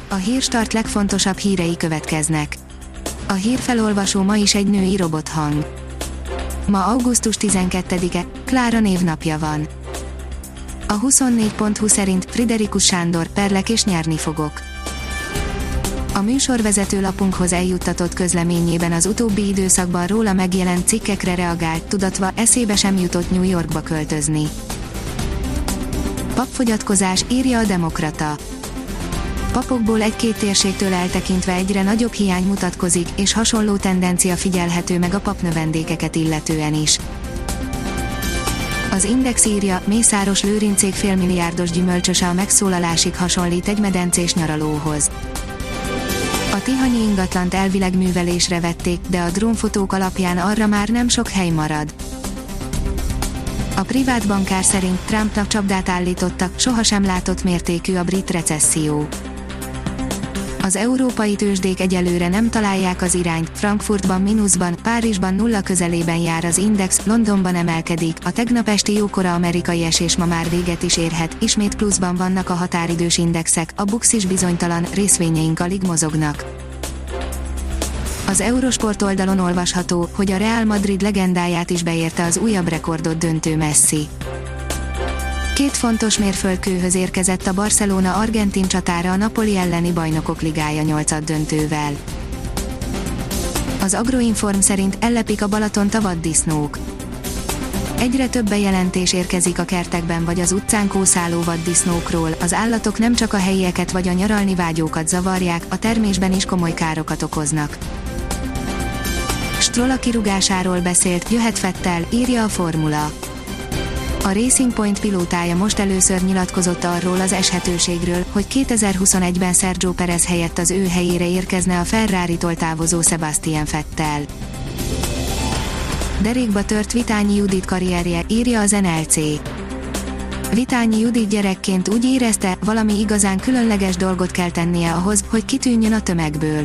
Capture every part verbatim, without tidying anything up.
A Hírstart legfontosabb hírei következnek. A hírfelolvasó ma is egy női robothang. Ma augusztus tizenkettedike, Klára névnapja van. A huszonnégy pont hu szerint Friderikus Sándor, perlek és nyerni fogok. A műsorvezető lapunkhoz eljuttatott közleményében az utóbbi időszakban róla megjelent cikkekre reagált, tudatva eszébe sem jutott New Yorkba költözni. Papfogyatkozás, írja a Demokrata. Papokból egy-két térségtől eltekintve egyre nagyobb hiány mutatkozik, és hasonló tendencia figyelhető meg a papnövendékeket illetően is. Az Index írja, Mészáros Lőrincék félmilliárdos gyümölcsöse a megszólalásig hasonlít egy medencés nyaralóhoz. A tihanyi ingatlant elvileg művelésre vették, de a drónfotók alapján arra már nem sok hely marad. A privát bankár szerint Trumpnak csapdát állítottak, sohasem látott mértékű a brit recesszió. Az európai tőzsdék egyelőre nem találják az irányt, Frankfurtban mínuszban, Párizsban nulla közelében jár az index, Londonban emelkedik, a tegnap esti jókora amerikai esés ma már véget is érhet, ismét pluszban vannak a határidős indexek, a buksz is bizonytalan, részvényeink alig mozognak. Az Eurosport oldalon olvasható, hogy a Real Madrid legendáját is beérte az újabb rekordot döntő Messi. Két fontos mérföldkőhöz érkezett a Barcelona argentin csatára a Napoli elleni Bajnokok Ligája nyolcaddöntővel. Az Agroinform szerint ellepik a Balatont a vaddisznók. Egyre több bejelentés érkezik a kertekben vagy az utcán kószáló vaddisznókról, az állatok nem csak a helyieket vagy a nyaralni vágyókat zavarják, a termésben is komoly károkat okoznak. Stroll a kirúgásáról beszélt, jöhet Vettel, írja a Formula. A Racing Point pilótája most először nyilatkozott arról az eshetőségről, hogy kétezer-huszonegyben Sergio Perez helyett az ő helyére érkezne a Ferraritól távozó Sebastian Vettel. Derékba tört Vitányi Judit karrierje, írja az en el cé. Vitányi Judit gyerekként úgy érezte, valami igazán különleges dolgot kell tennie ahhoz, hogy kitűnjön a tömegből.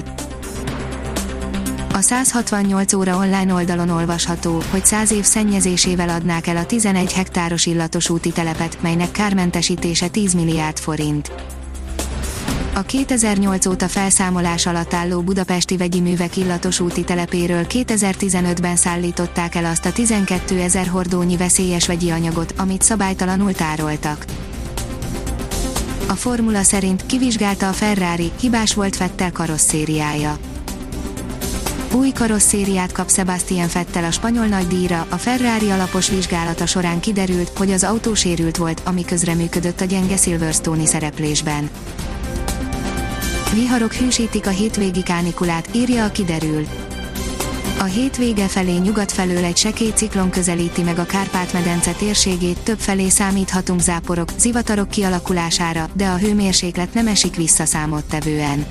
A száz hatvannyolc óra online oldalon olvasható, hogy száz év szennyezésével adnák el a tizenegy hektáros illatos úti telepet, melynek kármentesítése tíz milliárd forint. A kétezer-nyolc óta felszámolás alatt álló budapesti vegyi művek illatos úti telepéről kétezer-tizenötben szállították el azt a tizenkétezer hordónyi veszélyes vegyi anyagot, amit szabálytalanul tároltak. A Formula szerint kivizsgálta a Ferrari, hibás volt Vettel karosszériája. Új karosszériát kap Sebastian Vettel a spanyol nagydíjra, a Ferrari alapos vizsgálata során kiderült, hogy az autó sérült volt, ami közreműködött a gyenge Silverstone-i szereplésben. Viharok hűsítik a hétvégi kánikulát, írja a Kiderül. A hétvége felé nyugat felől egy sekély ciklon közelíti meg a Kárpát-medence térségét, többfelé számíthatunk záporok, zivatarok kialakulására, de a hőmérséklet nem esik vissza számottevően.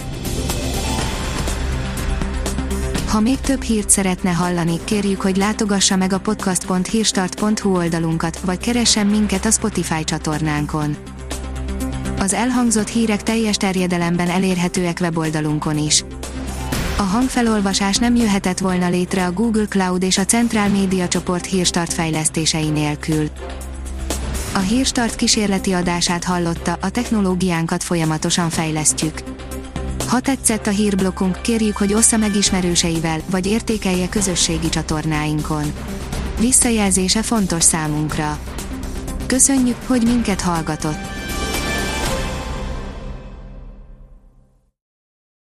Ha még több hírt szeretne hallani, kérjük, hogy látogassa meg a podcast pont hírstart pont hu oldalunkat, vagy keressen minket a Spotify csatornánkon. Az elhangzott hírek teljes terjedelemben elérhetőek weboldalunkon is. A hangfelolvasás nem jöhetett volna létre a Google Cloud és a Centrál Média Csoport Hírstart fejlesztései nélkül. A Hírstart kísérleti adását hallotta, a technológiánkat folyamatosan fejlesztjük. Ha tetszett a hírblokkunk, kérjük, hogy ossza meg ismerőseivel, vagy értékelje közösségi csatornáinkon. Visszajelzése fontos számunkra. Köszönjük, hogy minket hallgatott!